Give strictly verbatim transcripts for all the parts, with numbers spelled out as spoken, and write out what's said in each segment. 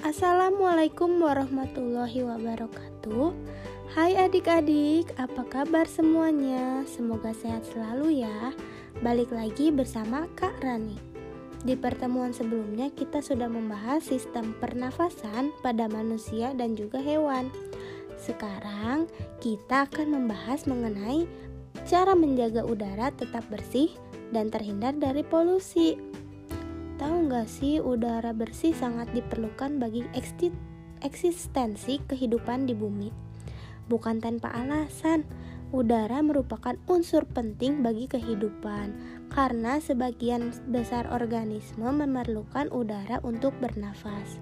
Assalamualaikum warahmatullahi wabarakatuh. Hai adik-adik, apa kabar semuanya? Semoga sehat selalu ya. Balik lagi bersama Kak Rani. Di pertemuan sebelumnya kita sudah membahas sistem pernafasan pada manusia dan juga hewan. Sekarang kita akan membahas mengenai cara menjaga udara tetap bersih dan terhindar dari polusi. Tahu nggak sih, udara bersih sangat diperlukan bagi eksistensi kehidupan di bumi. Bukan tanpa alasan, udara merupakan unsur penting bagi kehidupan karena sebagian besar organisme memerlukan udara untuk bernafas.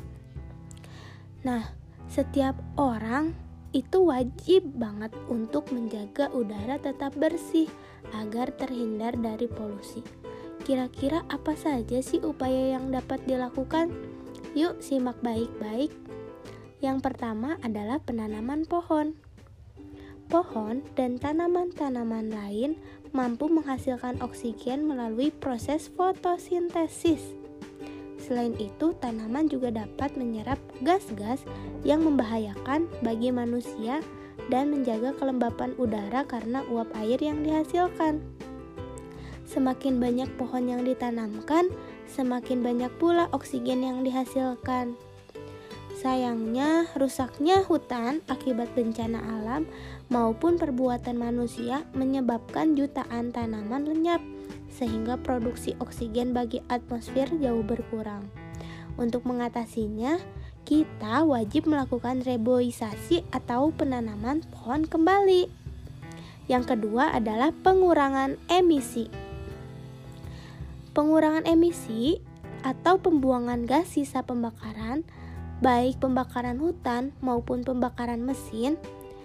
Nah, setiap orang itu wajib banget untuk menjaga udara tetap bersih agar terhindar dari polusi. Kira-kira apa saja sih upaya yang dapat dilakukan? Yuk simak baik-baik. Yang pertama adalah penanaman pohon. Pohon dan tanaman-tanaman lain mampu menghasilkan oksigen melalui proses fotosintesis. Selain itu, tanaman juga dapat menyerap gas-gas yang membahayakan bagi manusia dan menjaga kelembapan udara karena uap air yang dihasilkan. Semakin banyak pohon yang ditanamkan, semakin banyak pula oksigen yang dihasilkan. Sayangnya, rusaknya hutan akibat bencana alam maupun perbuatan manusia menyebabkan jutaan tanaman lenyap, sehingga produksi oksigen bagi atmosfer jauh berkurang. Untuk mengatasinya, kita wajib melakukan reboisasi atau penanaman pohon kembali. Yang kedua adalah pengurangan emisi. Pengurangan emisi atau pembuangan gas sisa pembakaran, baik pembakaran hutan maupun pembakaran mesin,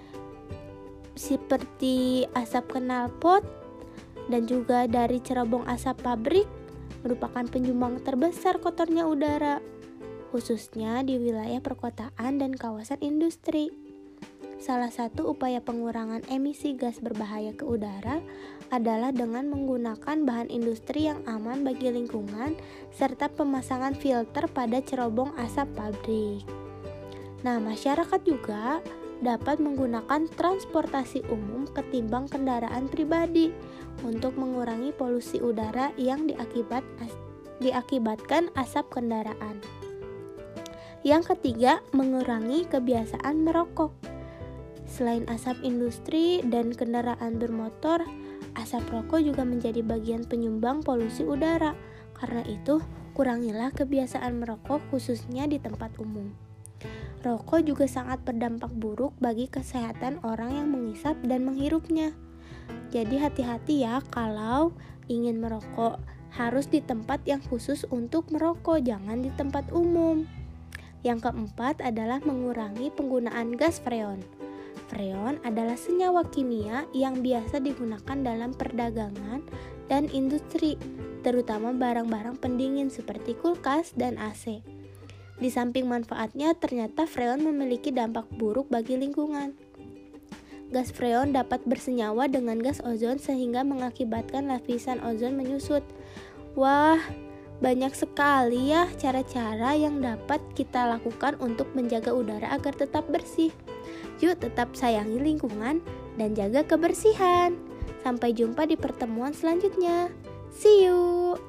seperti asap knalpot dan juga dari cerobong asap pabrik, merupakan penyumbang terbesar kotornya udara, khususnya di wilayah perkotaan dan kawasan industri. Salah satu upaya pengurangan emisi gas berbahaya ke udara adalah dengan menggunakan bahan industri yang aman bagi lingkungan serta pemasangan filter pada cerobong asap pabrik. Nah, masyarakat juga dapat menggunakan transportasi umum ketimbang kendaraan pribadi untuk mengurangi polusi udara yang diakibat diakibatkan asap kendaraan. Yang ketiga, mengurangi kebiasaan merokok. Selain asap industri dan kendaraan bermotor, asap rokok juga menjadi bagian penyumbang polusi udara. Karena itu, kurangilah kebiasaan merokok khususnya di tempat umum. Rokok juga sangat berdampak buruk bagi kesehatan orang yang menghisap dan menghirupnya. Jadi hati-hati ya kalau ingin merokok, harus di tempat yang khusus untuk merokok, jangan di tempat umum. Yang keempat adalah mengurangi penggunaan gas freon. Freon adalah senyawa kimia yang biasa digunakan dalam perdagangan dan industri, terutama barang-barang pendingin seperti kulkas dan A C. Di samping manfaatnya, ternyata freon memiliki dampak buruk bagi lingkungan. Gas freon dapat bersenyawa dengan gas ozon sehingga mengakibatkan lapisan ozon menyusut. Wah, banyak sekali ya cara-cara yang dapat kita lakukan untuk menjaga udara agar tetap bersih. Yuk tetap sayangi lingkungan dan jaga kebersihan. Sampai jumpa di pertemuan selanjutnya. See you.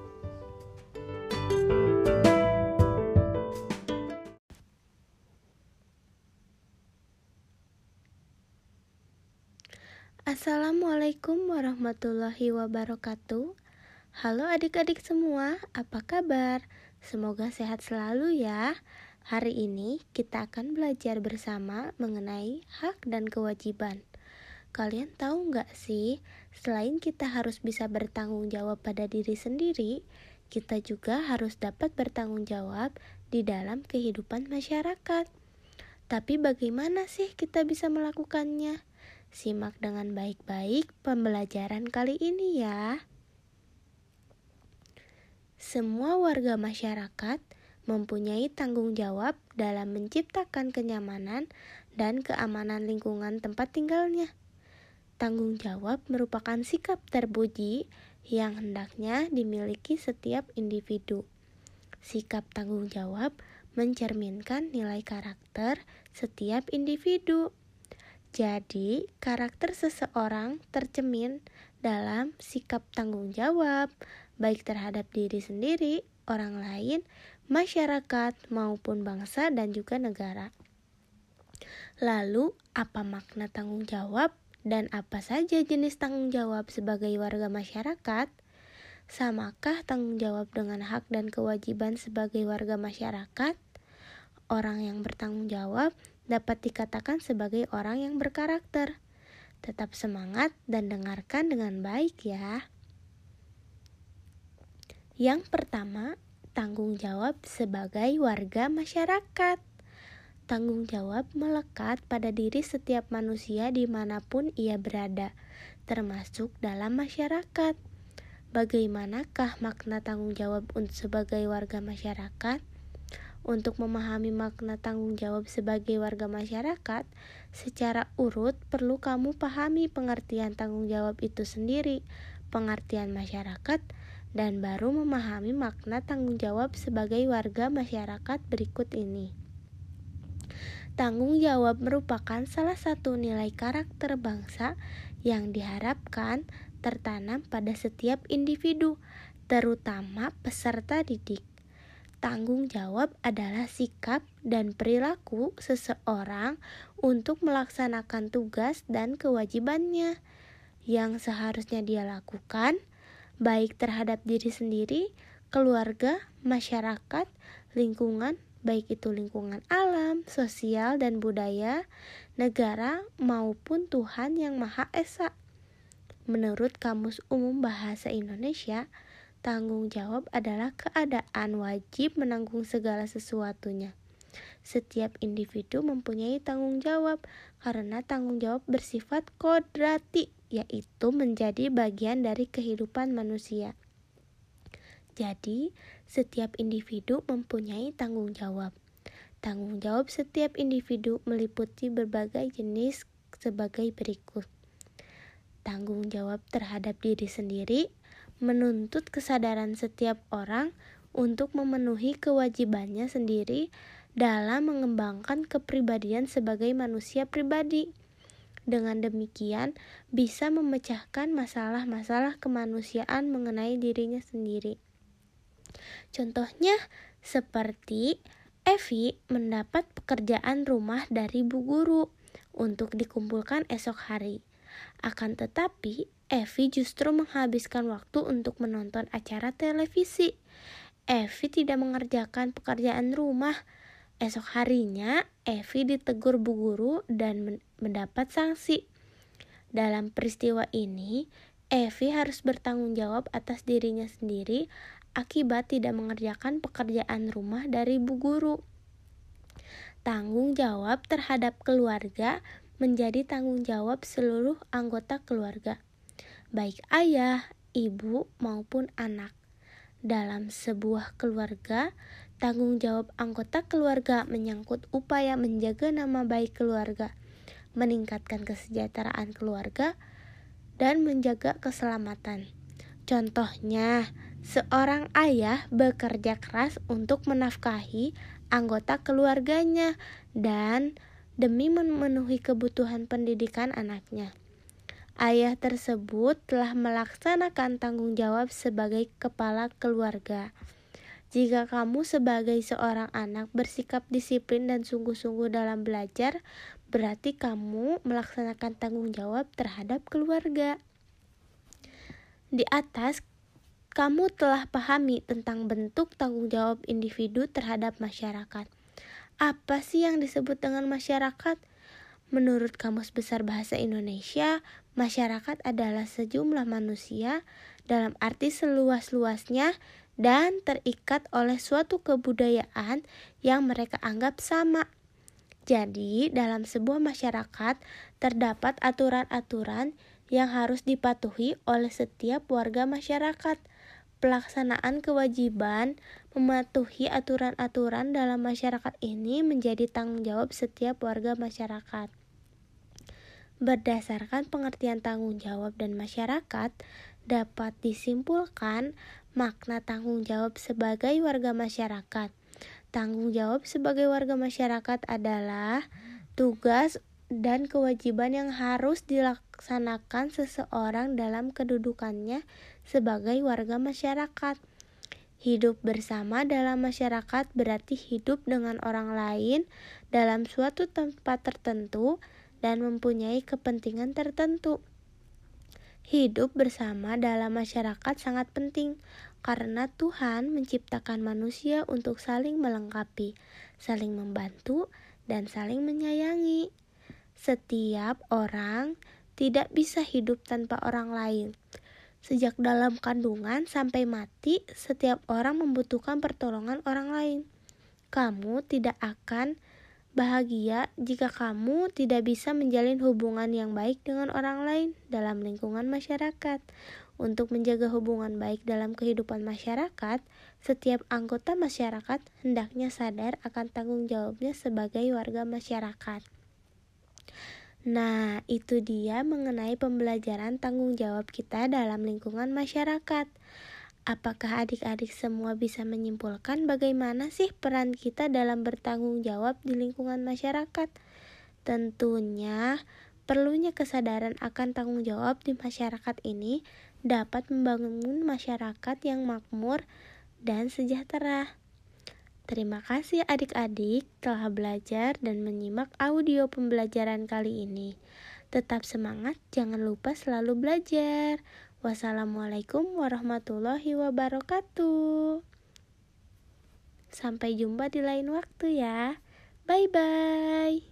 Assalamualaikum warahmatullahi wabarakatuh. Halo adik-adik semua, apa kabar? Semoga sehat selalu ya. Hari ini kita akan belajar bersama mengenai hak dan kewajiban. Kalian tahu nggak sih, selain kita harus bisa bertanggung jawab pada diri sendiri, kita juga harus dapat bertanggung jawab di dalam kehidupan masyarakat. Tapi bagaimana sih kita bisa melakukannya? Simak dengan baik-baik pembelajaran kali ini ya. Semua warga masyarakat mempunyai tanggung jawab dalam menciptakan kenyamanan dan keamanan lingkungan tempat tinggalnya. Tanggung jawab merupakan sikap terpuji yang hendaknya dimiliki setiap individu. Sikap tanggung jawab mencerminkan nilai karakter setiap individu. Jadi, karakter seseorang tercermin dalam sikap tanggung jawab, baik terhadap diri sendiri, orang lain, masyarakat, maupun bangsa dan juga negara. Lalu, apa makna tanggung jawab dan apa saja jenis tanggung jawab sebagai warga masyarakat? Samakah tanggung jawab dengan hak dan kewajiban sebagai warga masyarakat? Orang yang bertanggung jawab dapat dikatakan sebagai orang yang berkarakter. Tetap semangat dan dengarkan dengan baik ya. Yang pertama, tanggung jawab sebagai warga masyarakat. Tanggung jawab melekat pada diri setiap manusia dimanapun ia berada, termasuk dalam masyarakat. Bagaimanakah makna tanggung jawab sebagai warga masyarakat? Untuk memahami makna tanggung jawab sebagai warga masyarakat, secara urut perlu kamu pahami pengertian tanggung jawab itu sendiri, pengertian masyarakat, dan baru memahami makna tanggung jawab sebagai warga masyarakat berikut ini. Tanggung jawab merupakan salah satu nilai karakter bangsa yang diharapkan tertanam pada setiap individu, terutama peserta didik. Tanggung jawab adalah sikap dan perilaku seseorang untuk melaksanakan tugas dan kewajibannya yang seharusnya dia lakukan, baik terhadap diri sendiri, keluarga, masyarakat, lingkungan, baik itu lingkungan alam, sosial, dan budaya, negara, maupun Tuhan Yang Maha Esa. Menurut Kamus Umum Bahasa Indonesia, tanggung jawab adalah keadaan wajib menanggung segala sesuatunya. Setiap individu mempunyai tanggung jawab karena tanggung jawab bersifat kodrati, yaitu menjadi bagian dari kehidupan manusia. Jadi, setiap individu mempunyai tanggung jawab. Tanggung jawab setiap individu meliputi berbagai jenis sebagai berikut. Tanggung jawab terhadap diri sendiri menuntut kesadaran setiap orang untuk memenuhi kewajibannya sendiri dalam mengembangkan kepribadian sebagai manusia pribadi. Dengan demikian, bisa memecahkan masalah-masalah kemanusiaan mengenai dirinya sendiri. Contohnya, seperti Evi mendapat pekerjaan rumah dari Bu Guru untuk dikumpulkan esok hari. Akan tetapi, Evi justru menghabiskan waktu untuk menonton acara televisi. Evi tidak mengerjakan pekerjaan rumah. Esok harinya, Evi ditegur Bu Guru dan mendapat sanksi. Dalam peristiwa ini, Evi harus bertanggung jawab atas dirinya sendiri akibat tidak mengerjakan pekerjaan rumah dari Bu Guru. Tanggung jawab terhadap keluarga menjadi tanggung jawab seluruh anggota keluarga, baik ayah, ibu, maupun anak. Dalam sebuah keluarga, tanggung jawab anggota keluarga menyangkut upaya menjaga nama baik keluarga, meningkatkan kesejahteraan keluarga, dan menjaga keselamatan. Contohnya, seorang ayah bekerja keras untuk menafkahi anggota keluarganya dan demi memenuhi kebutuhan pendidikan anaknya. Ayah tersebut telah melaksanakan tanggung jawab sebagai kepala keluarga. Jika kamu sebagai seorang anak bersikap disiplin dan sungguh-sungguh dalam belajar, berarti kamu melaksanakan tanggung jawab terhadap keluarga. Di atas, kamu telah pahami tentang bentuk tanggung jawab individu terhadap masyarakat. Apa sih yang disebut dengan masyarakat? Menurut Kamus Besar Bahasa Indonesia, masyarakat adalah sejumlah manusia dalam arti seluas-luasnya dan terikat oleh suatu kebudayaan yang mereka anggap sama. Jadi, dalam sebuah masyarakat terdapat aturan-aturan yang harus dipatuhi oleh setiap warga masyarakat. Pelaksanaan kewajiban mematuhi aturan-aturan dalam masyarakat ini menjadi tanggung jawab setiap warga masyarakat. Berdasarkan pengertian tanggung jawab dan masyarakat, dapat disimpulkan makna tanggung jawab sebagai warga masyarakat. Tanggung jawab sebagai warga masyarakat adalah tugas dan kewajiban yang harus dilaksanakan seseorang dalam kedudukannya sebagai warga masyarakat. Hidup bersama dalam masyarakat berarti hidup dengan orang lain dalam suatu tempat tertentu dan mempunyai kepentingan tertentu. Hidup bersama dalam masyarakat sangat penting karena Tuhan menciptakan manusia untuk saling melengkapi, saling membantu, dan saling menyayangi. Setiap orang tidak bisa hidup tanpa orang lain. Sejak dalam kandungan sampai mati, setiap orang membutuhkan pertolongan orang lain. Kamu tidak akan bahagia jika kamu tidak bisa menjalin hubungan yang baik dengan orang lain dalam lingkungan masyarakat. Untuk menjaga hubungan baik dalam kehidupan masyarakat, setiap anggota masyarakat hendaknya sadar akan tanggung jawabnya sebagai warga masyarakat. Nah, itu dia mengenai pembelajaran tanggung jawab kita dalam lingkungan masyarakat. Apakah adik-adik semua bisa menyimpulkan bagaimana sih peran kita dalam bertanggung jawab di lingkungan masyarakat? Tentunya, perlunya kesadaran akan tanggung jawab di masyarakat ini dapat membangun masyarakat yang makmur dan sejahtera. Terima kasih adik-adik telah belajar dan menyimak audio pembelajaran kali ini. Tetap semangat, jangan lupa selalu belajar. Wassalamualaikum warahmatullahi wabarakatuh. Sampai jumpa di lain waktu ya. Bye-bye.